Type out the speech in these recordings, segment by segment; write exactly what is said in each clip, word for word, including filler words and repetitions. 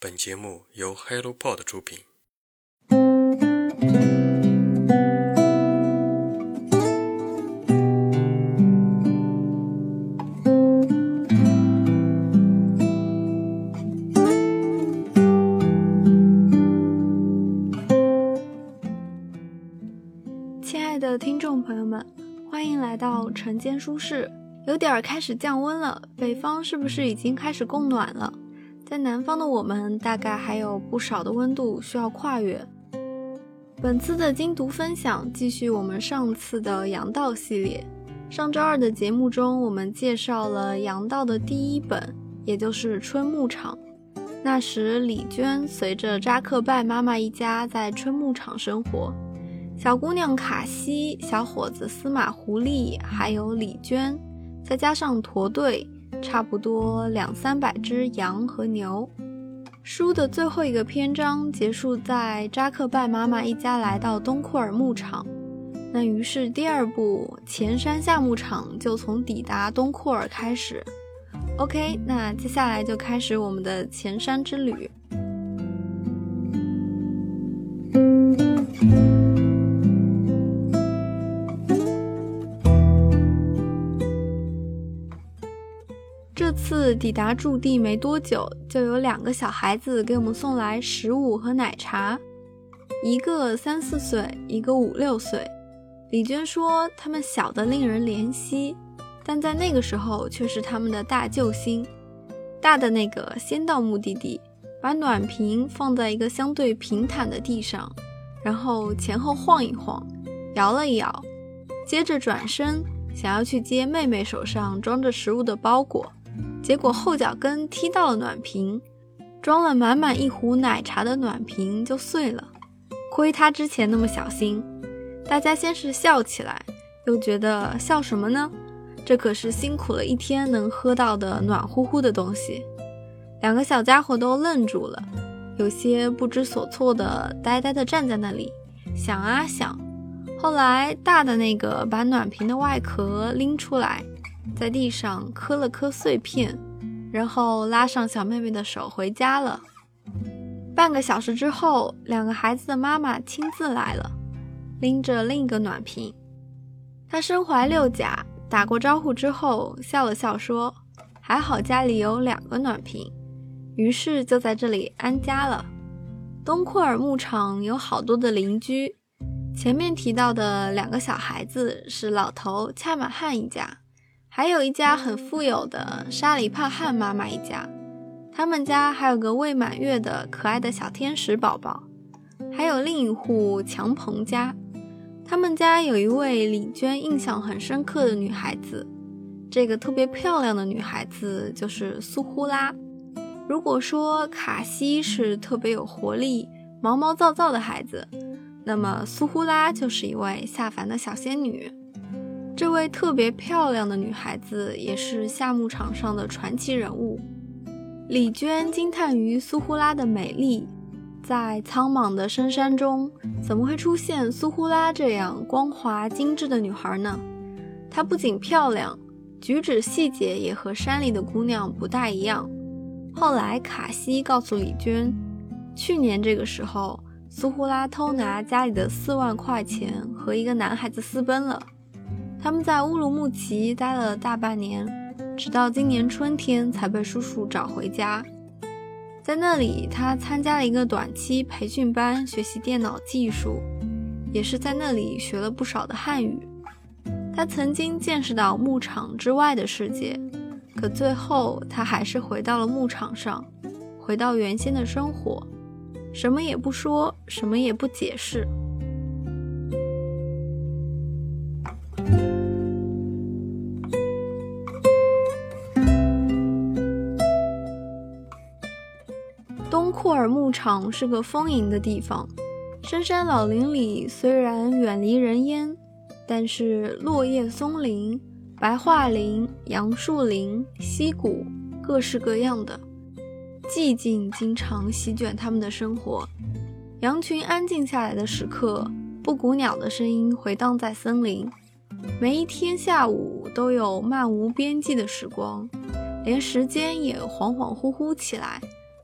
本节目由 HelloPod 出品。 亲爱的听众朋友们，欢迎来到晨间书室。有点开始降温了，北方是不是已经开始供暖了？在南方的我们大概还有不少的温度需要跨越。本次的精读分享继续我们上次的杨道系列。上周二的节目中，我们介绍了杨道的第一本，也就是《春牧场》。那时李娟随着扎克拜妈妈一家在春牧场生活，小姑娘卡西、小伙子司马狐狸还有李娟，再加上驼队，差不多两三百只羊和牛。书的最后一个篇章结束在扎克拜妈妈一家来到东库尔牧场，那于是第二部前山下牧场就从抵达东库尔开始。 OK， 那接下来就开始我们的前山之旅。这次抵达驻地没多久，就有两个小孩子给我们送来食物和奶茶，一个三四岁，一个五六岁。李娟说他们小的令人怜惜，但在那个时候却是他们的大救星。大的那个先到目的地，把暖瓶放在一个相对平坦的地上，然后前后晃一晃，摇了一摇，接着转身想要去接妹妹手上装着食物的包裹，结果后脚跟踢到了暖瓶，装了满满一壶奶茶的暖瓶就碎了。亏他之前那么小心，大家先是笑起来，又觉得笑什么呢？这可是辛苦了一天能喝到的暖乎乎的东西。两个小家伙都愣住了，有些不知所措的呆呆地站在那里，想啊想。后来大的那个把暖瓶的外壳拎出来，在地上磕了磕碎片，然后拉上小妹妹的手回家了。半个小时之后，两个孩子的妈妈亲自来了，拎着另一个暖瓶。她身怀六甲，打过招呼之后笑了笑说，还好家里有两个暖瓶，于是就在这里安家了。东库尔牧场有好多的邻居，前面提到的两个小孩子是老头恰马汉一家，还有一家很富有的沙里帕汉妈妈一家，他们家还有个未满月的可爱的小天使宝宝。还有另一户强鹏家，他们家有一位李娟印象很深刻的女孩子，这个特别漂亮的女孩子就是苏呼拉。如果说卡西是特别有活力毛毛躁躁的孩子，那么苏呼拉就是一位下凡的小仙女。这位特别漂亮的女孩子也是夏牧场上的传奇人物。李娟惊叹于苏呼拉的美丽，在苍茫的深山中怎么会出现苏呼拉这样光滑精致的女孩呢？她不仅漂亮，举止细节也和山里的姑娘不大一样。后来卡西告诉李娟，去年这个时候苏呼拉偷拿家里的四万块钱和一个男孩子私奔了。他们在乌鲁木齐待了大半年，直到今年春天才被叔叔找回家。在那里他参加了一个短期培训班，学习电脑技术，也是在那里学了不少的汉语。他曾经见识到牧场之外的世界，可最后他还是回到了牧场上，回到原先的生活，什么也不说，什么也不解释。东库尔牧场是个丰盈的地方，深山老林里虽然远离人烟，但是落叶松林、白桦林、杨树林、溪谷，各式各样的寂静经常席卷他们的生活。羊群安静下来的时刻，布谷鸟的声音回荡在森林。每一天下午都有漫无边际的时光，连时间也恍恍惚惚起来，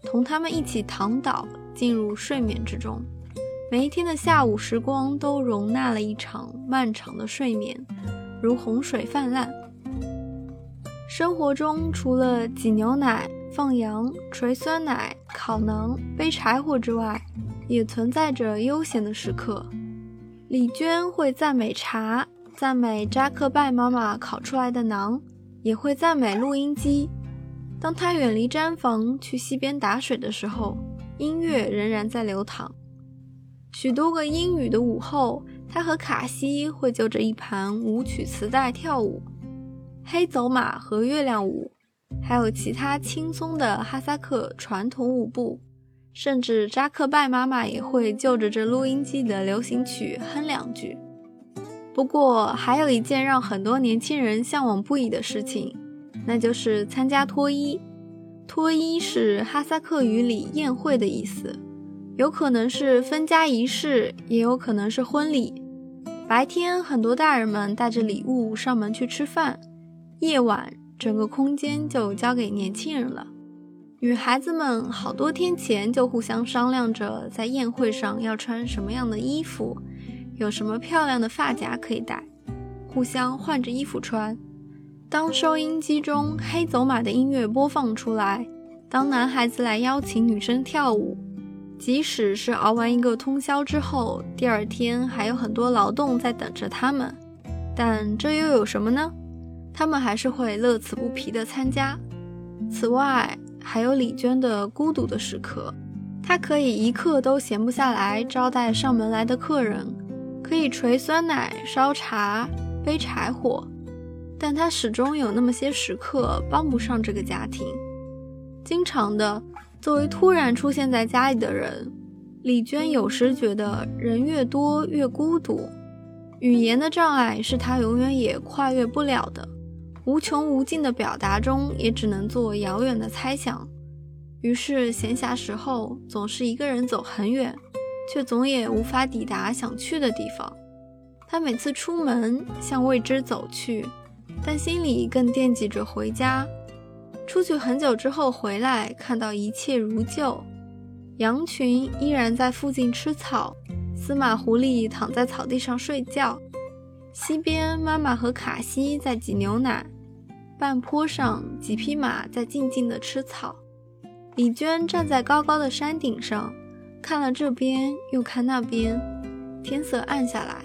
同他们一起躺倒，进入睡眠之中。每一天的下午时光都容纳了一场漫长的睡眠，如洪水泛滥。生活中除了挤牛奶、放羊、捶酸奶、烤馕、背柴火之外，也存在着悠闲的时刻。李娟会赞美茶，赞美扎克拜妈妈烤出来的馕，也会赞美录音机。当她远离毡房去溪边打水的时候，音乐仍然在流淌。许多个阴雨的午后，她和卡西会就着一盘舞曲磁带跳舞，黑走马和月亮舞，还有其他轻松的哈萨克传统舞步，甚至扎克拜妈妈也会就着这录音机的流行曲哼两句。不过还有一件让很多年轻人向往不已的事情，那就是参加脱衣。脱衣是哈萨克语里宴会的意思，有可能是分家仪式，也有可能是婚礼。白天很多大人们带着礼物上门去吃饭，夜晚整个空间就交给年轻人了。女孩子们好多天前就互相商量着在宴会上要穿什么样的衣服，有什么漂亮的发夹可以戴，互相换着衣服穿。当收音机中黑走马的音乐播放出来，当男孩子来邀请女生跳舞，即使是熬完一个通宵之后，第二天还有很多劳动在等着他们，但这又有什么呢？他们还是会乐此不疲地参加。此外，还有李娟的孤独的时刻，她可以一刻都闲不下来招待上门来的客人，可以捶酸奶、烧茶、背柴火，但她始终有那么些时刻帮不上这个家庭。经常的，作为突然出现在家里的人，李娟有时觉得人越多越孤独，语言的障碍是她永远也跨越不了的，无穷无尽的表达中也只能做遥远的猜想。于是闲暇时候总是一个人走很远，却总也无法抵达想去的地方。她每次出门向未知走去，但心里更惦记着回家。出去很久之后回来，看到一切如旧，羊群依然在附近吃草，司马狐狸躺在草地上睡觉，溪边妈妈和卡西在挤牛奶，半坡上几匹马在静静地吃草。李娟站在高高的山顶上，看了这边又看那边，天色暗下来。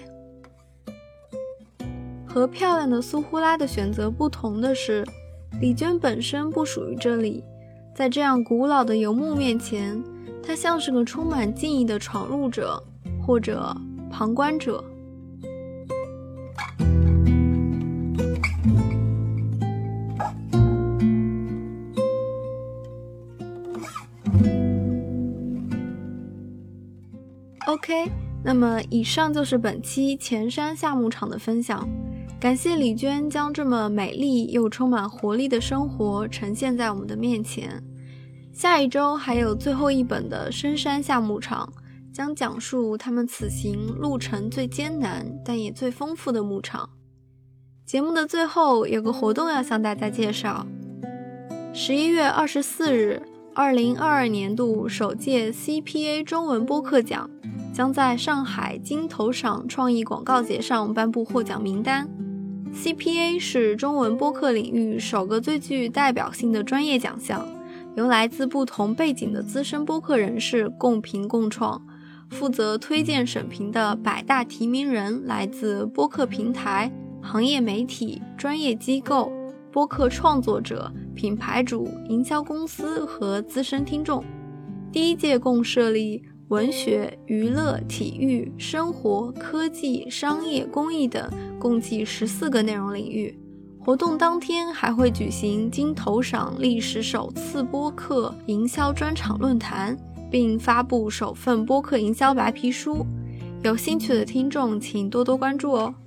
和漂亮的苏呼拉的选择不同的是，李娟本身不属于这里，在这样古老的游牧面前，她像是个充满敬意的闯入者，或者旁观者。OK， 那么以上就是本期前山夏牧场的分享。感谢李娟将这么美丽又充满活力的生活呈现在我们的面前。下一周还有最后一本的深山夏牧场，将讲述他们此行路程最艰难但也最丰富的牧场。节目的最后有个活动要向大家介绍，十一月二十四日二零二二年度首届 C P A 中文播客奖将在上海金头赏创意广告节上颁布获奖名单。C P A 是中文播客领域首个最具代表性的专业奖项，由来自不同背景的资深播客人士共评共创，负责推荐审评的百大提名人来自播客平台、行业媒体、专业机构、播客创作者、品牌主、营销公司和资深听众。第一届共设立文学、娱乐、体育、生活、科技、商业、公益等共计十四个内容领域。活动当天还会举行金头赏历史首次播客营销专场论坛，并发布首份播客营销白皮书。有兴趣的听众请多多关注哦。